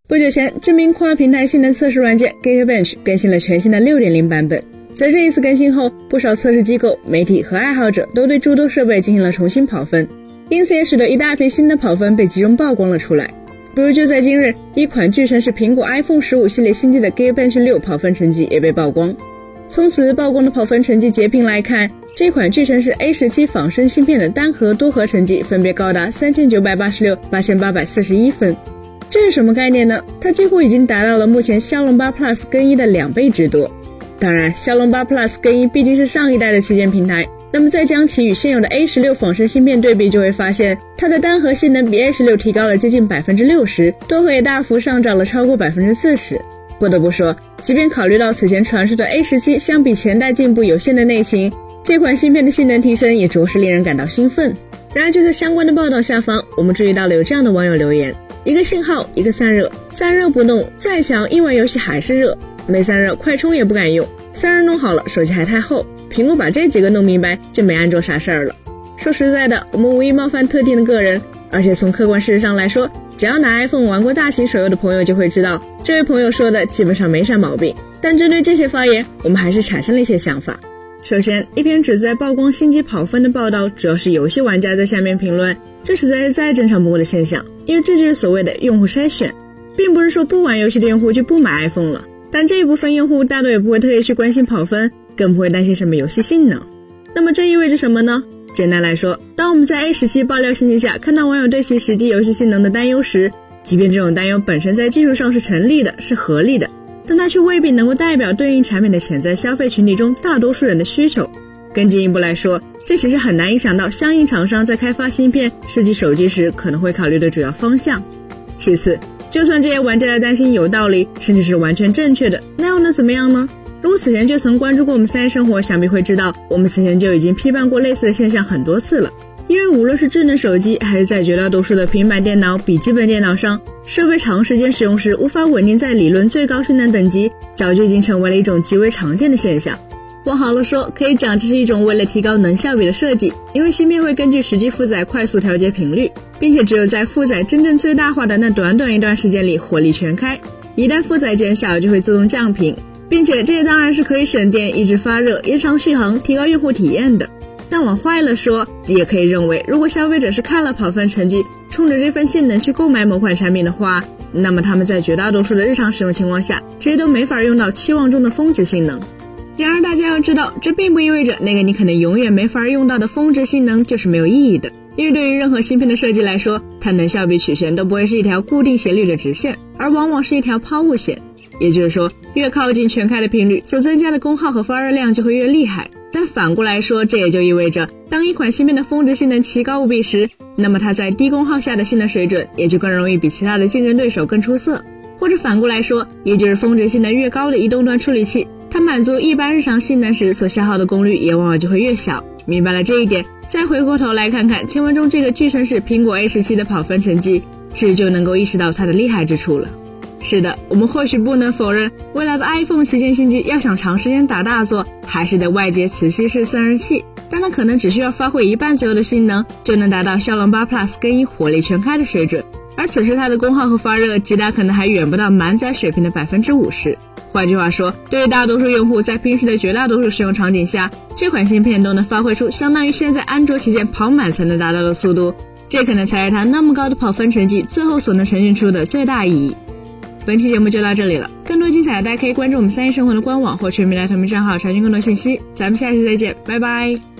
不久前，知名跨平台性能测试软件 Geekbench 更新了全新的 6.0 版本。在这一次更新后，不少测试机构、媒体和爱好者都对诸多设备进行了重新跑分，因此也使得一大批新的跑分被集中曝光了出来。比如就在今日，一款据称是苹果 iPhone 15系列新机的 Geekbench 6跑分成绩也被曝光。从此曝光的跑分成绩截屏来看，这款据称是 A17 仿生芯片的单核、多核成绩分别高达3986、8841分。这是什么概念呢？它几乎已经达到了目前骁龙8 Plus 更一的2倍之多。当然，骁龙8 Plus 更一毕竟是上一代的旗舰平台，那么再将其与现有的 A16 仿生芯片对比，就会发现它的单核性能比 A16 提高了接近 60%， 多核也大幅上涨了超过 40%。不得不说，即便考虑到此前传说的 A17 相比前代进步有限的内情，这款芯片的性能提升也着实令人感到兴奋。然而就在相关的报道下方，我们注意到了有这样的网友留言：一个信号，一个散热，散热不弄，再强一玩游戏还是热，没散热快充也不敢用，散热弄好了手机还太厚，苹果把这几个弄明白就没安卓啥事儿了。说实在的，我们无意冒犯特定的个人，而且从客观事实上来说，只要拿 iPhone 玩过大型手游的朋友就会知道，这位朋友说的基本上没啥毛病。但针对这些发言，我们还是产生了一些想法。首先，一篇旨在曝光新机跑分的报道，主要是游戏玩家在下面评论，这实在是再正常不过的现象，因为这就是所谓的用户筛选，并不是说不玩游戏的用户就不买 iPhone 了，但这一部分用户大多也不会特意去关心跑分，更不会担心什么游戏性能。那么这意味着什么呢？简单来说，当我们在 A17 爆料信息下看到网友对其实际游戏性能的担忧时，即便这种担忧本身在技术上是成立的，是合理的，但它却未必能够代表对应产品的潜在消费群体中大多数人的需求。更进一步来说，这其实很难影响到相应厂商在开发芯片、设计手机时可能会考虑的主要方向。其次，就算这些玩家的担心有道理，甚至是完全正确的，那又能怎么样呢？如果此前就曾关注过我们三人生活，想必会知道我们此前就已经批判过类似的现象很多次了。因为无论是智能手机还是在绝大多数的平板电脑、笔记本电脑上，设备长时间使用时无法稳定在理论最高性能等级，早就已经成为了一种极为常见的现象。往好了说，可以讲这是一种为了提高能效比的设计，因为芯片会根据实际负载快速调节频率，并且只有在负载真正最大化的那短一段时间里火力全开，一旦负载减小就会自动降频，并且这当然是可以省电、抑制发热、延长续航、提高用户体验的。但往坏了说，也可以认为，如果消费者是看了跑分成绩，冲着这份性能去购买某款产品的话，那么他们在绝大多数的日常使用情况下，其实都没法用到期望中的峰值性能。然而大家要知道，这并不意味着那个你可能永远没法用到的峰值性能就是没有意义的，因为对于任何芯片的设计来说，它能效比曲线都不会是一条固定斜率的直线，而往往是一条抛物线。也就是说，越靠近全开的频率，所增加的功耗和发热量就会越厉害。但反过来说，这也就意味着，当一款芯片的峰值性能奇高无比时，那么它在低功耗下的性能水准也就更容易比其他的竞争对手更出色。或者反过来说，也就是峰值性能越高的移动端处理器，它满足一般日常性能时所消耗的功率也往往就会越小。明白了这一点，再回过头来看看前文中这个据称是苹果 A17 的跑分成绩，其实就能够意识到它的厉害之处了。是的，我们或许不能否认，未来的 iPhone 旗舰新机要想长时间打大作，还是得外接磁吸式散热器，但它可能只需要发挥一半左右的性能，就能达到骁龙8 Plus 更一火力全开的水准，而此时它的功耗和发热极大可能还远不到满载水平的 50%。 换句话说，对于大多数用户在平时的绝大多数使用场景下，这款芯片都能发挥出相当于现在安卓旗舰跑满才能达到的速度，这可能才是它那么高的跑分成绩最后所能呈现出的最大意义。本期节目就到这里了，更多精彩大家可以关注我们三一生活的官网或全民来同名账号查询更多信息，咱们下期再见，拜拜。